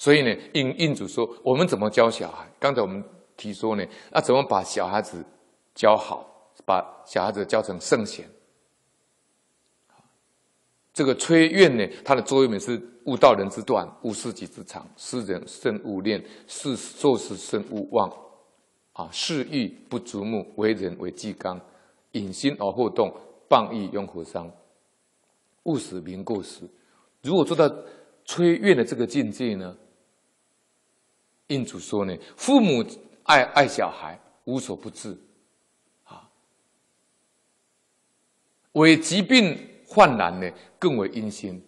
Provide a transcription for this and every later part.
所以呢，印主说，我们怎么教小孩？刚才我们提说呢，那怎么把小孩子教好，把小孩子教成圣贤？这个催愿呢，它的座右铭是“悟道人之短，悟事己之长。识人慎勿恋，做事慎勿忘。事欲不足目，为人为纪纲。隐心而后动，谤义拥和商。勿使民过时。”如果做到催愿的这个境界呢，印主说呢，父母爱小孩，无所不至，为疾病患难呢，更为殷心。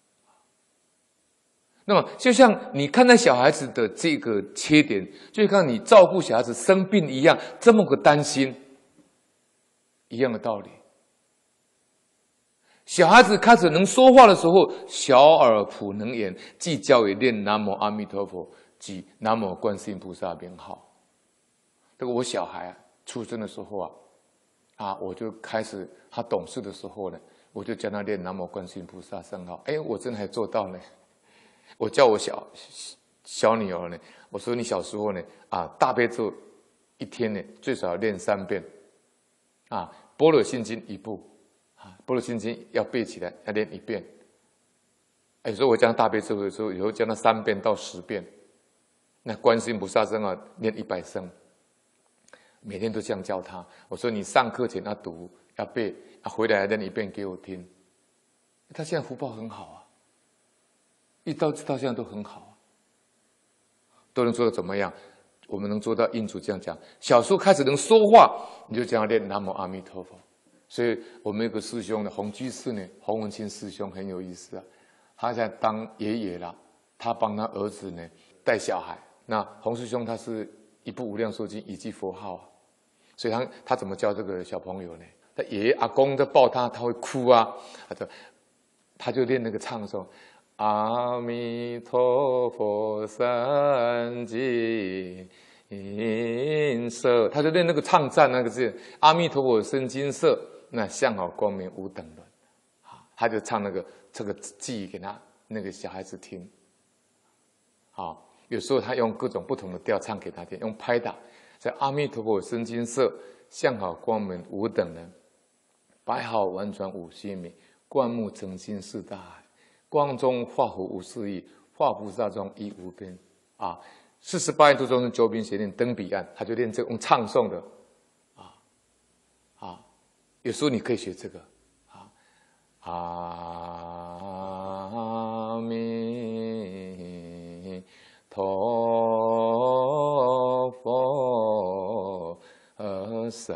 那么，就像你看待小孩子的这个缺点，就像你照顾小孩子生病一样，这么个担心，一样的道理。小孩子开始能说话的时候，小儿普能言，即教以念南无阿弥陀佛及南无观世音菩萨名号。这个我小孩出生的时候我就开始他懂事的时候呢，我就教他念南无观世音菩萨圣号。我真的还做到呢。我叫我小女儿呢，我说你小时候呢大悲咒一天呢最少要念3遍般若心经1部般若心经要背起来，要念1遍。所以我讲大悲咒的时候，以后讲到3遍到10遍。那观世音菩萨圣号念100声，每天都这样教他。我说你上课前要读要背，回来念1遍给我听。他现在福报很好一到现在都很好都能做到怎么样？我们能做到印主这样讲，小时候开始能说话，你就这样念南无阿弥陀佛。所以我们有个师兄呢，洪居士呢，洪文清师兄很有意思他现在当爷爷了，他帮他儿子呢带小孩。那洪师兄他是一部无量寿经，一句佛号所以他怎么教这个小朋友呢？他爷爷阿公在抱他，他会哭他就练那个唱诵。阿弥陀佛三金色，他就练那个唱赞那个字。阿弥陀佛生金色，那相好光明无等伦。他就唱这个记忆给他那个小孩子听。有时候他用各种不同的调唱给他听，用拍打。在阿弥陀佛生金色，相好光明无等伦，白毫婉转五须弥，灌木澄清四大海。光中化佛无四义，化菩萨中亦无边。48愿度众生，九品邪念登彼岸。他就练这种唱诵的有时候你可以学这个阿弥陀佛三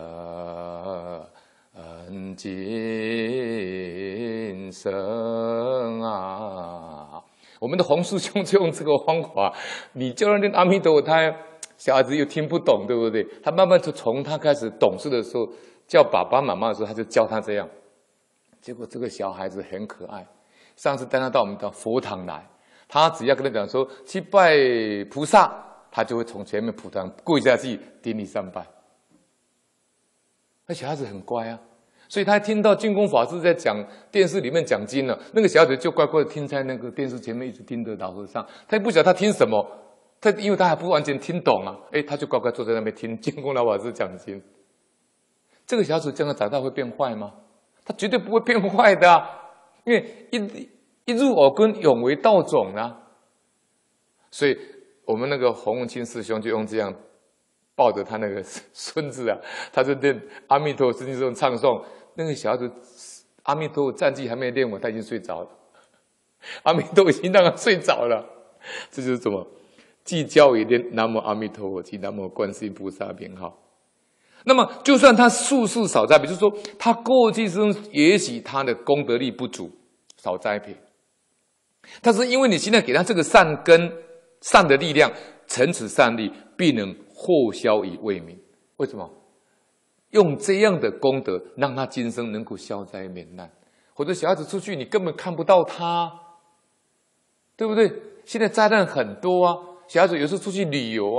金声我们的洪师兄就用这个方法，你教他念阿弥陀佛，小孩子又听不懂，对不对？他慢慢就从他开始懂事的时候，叫爸爸妈妈的时候，他就教他这样。结果这个小孩子很可爱。上次带他到我们的佛堂来，他只要跟他讲说去拜菩萨，他就会从前面菩萨跪下去顶礼3拜。那小孩子很乖所以他听到净空法师在电视里面讲经了，那个小孩子就乖乖的听在那个电视前面，一直听着老和尚。他也不晓得他听什么，因为他还不完全听懂他就乖乖坐在那边听净空老法师讲经。这个小孩子将来长大会变坏吗？他绝对不会变坏的因为一入耳根，永为道种所以我们那个洪文清师兄就用这样抱着他那个孙子他就练阿弥陀佛这种唱诵。那个小孩子阿弥陀佛战绩还没练完，他已经睡着了。阿弥陀佛已经让他睡着了。这就是什么？即教以念南无阿弥陀佛及南无观世音菩萨名号。那么就算他术数少栽培，就是说他过去生也许他的功德力不足，少栽培，但是因为你现在给他这个善根、善的力量，承此善力，必能获消以为民。为什么？用这样的功德，让他今生能够消灾免难。或者小孩子出去，你根本看不到他，对不对？现在灾难很多小孩子有时候出去旅游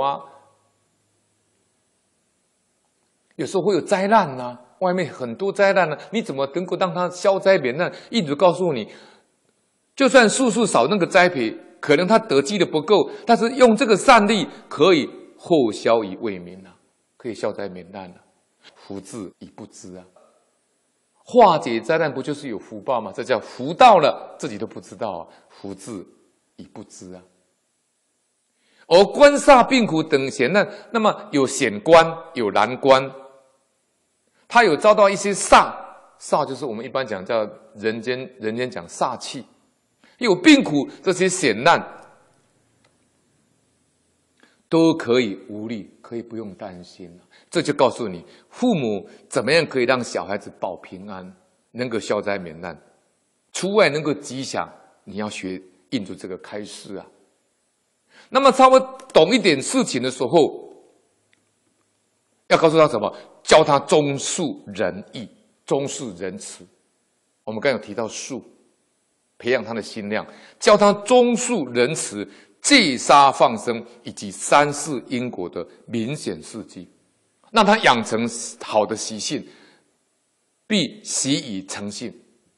有时候会有灾难外面很多灾难你怎么能够让他消灾免难？一直告诉你，就算术数少，那个栽培可能他德积的不够，但是用这个善力可以后消于未民啊，可以消灾免难啊。福至已不知啊，化解灾难不就是有福报吗？这叫福到了自己都不知道啊，福至已不知啊。而官煞病苦等险难，那么有险官，有难关，他有遭到一些煞，煞就是我们一般讲叫人间讲煞气，有病苦这些险难，都可以无虑，可以不用担心了。这就告诉你，父母怎么样可以让小孩子保平安，能够消灾免难，出外能够吉祥，你要学印住这个开示啊。那么稍微懂一点事情的时候，要告诉他什么？教他忠恕仁义，忠恕仁慈。我们刚才有提到恕，培养他的心量，教他忠恕仁慈、戒杀放生以及三世因果的明显事迹，让他养成好的习性，必习以成性。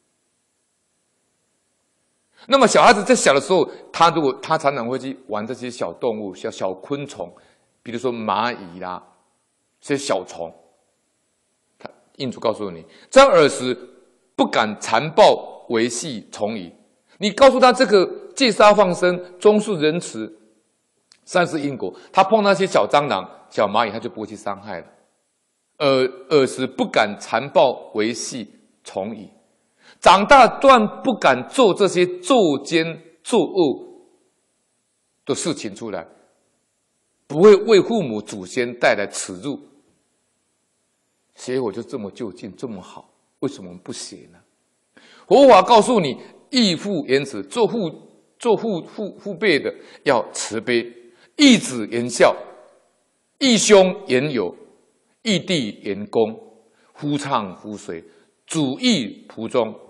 那么小孩子在小的时候，他常常会去玩这些小动物、小昆虫，比如说蚂蚁啦，这些小虫。印主告诉你，在儿时不敢残暴维系从矣。你告诉他这个戒杀放生、忠恕仁慈、三世因果，他碰到那些小蟑螂、小蚂蚁，他就不会去伤害了。儿时不敢残暴维系从矣。长大断不敢做这些作奸作恶的事情出来，不会为父母祖先带来耻辱。学佛就这么就近，这么好，为什么我们不学呢？佛法告诉你，义父言慈，做父辈的要慈悲，义子言孝，义兄言友，义弟言恭，夫唱妇随，主义仆忠。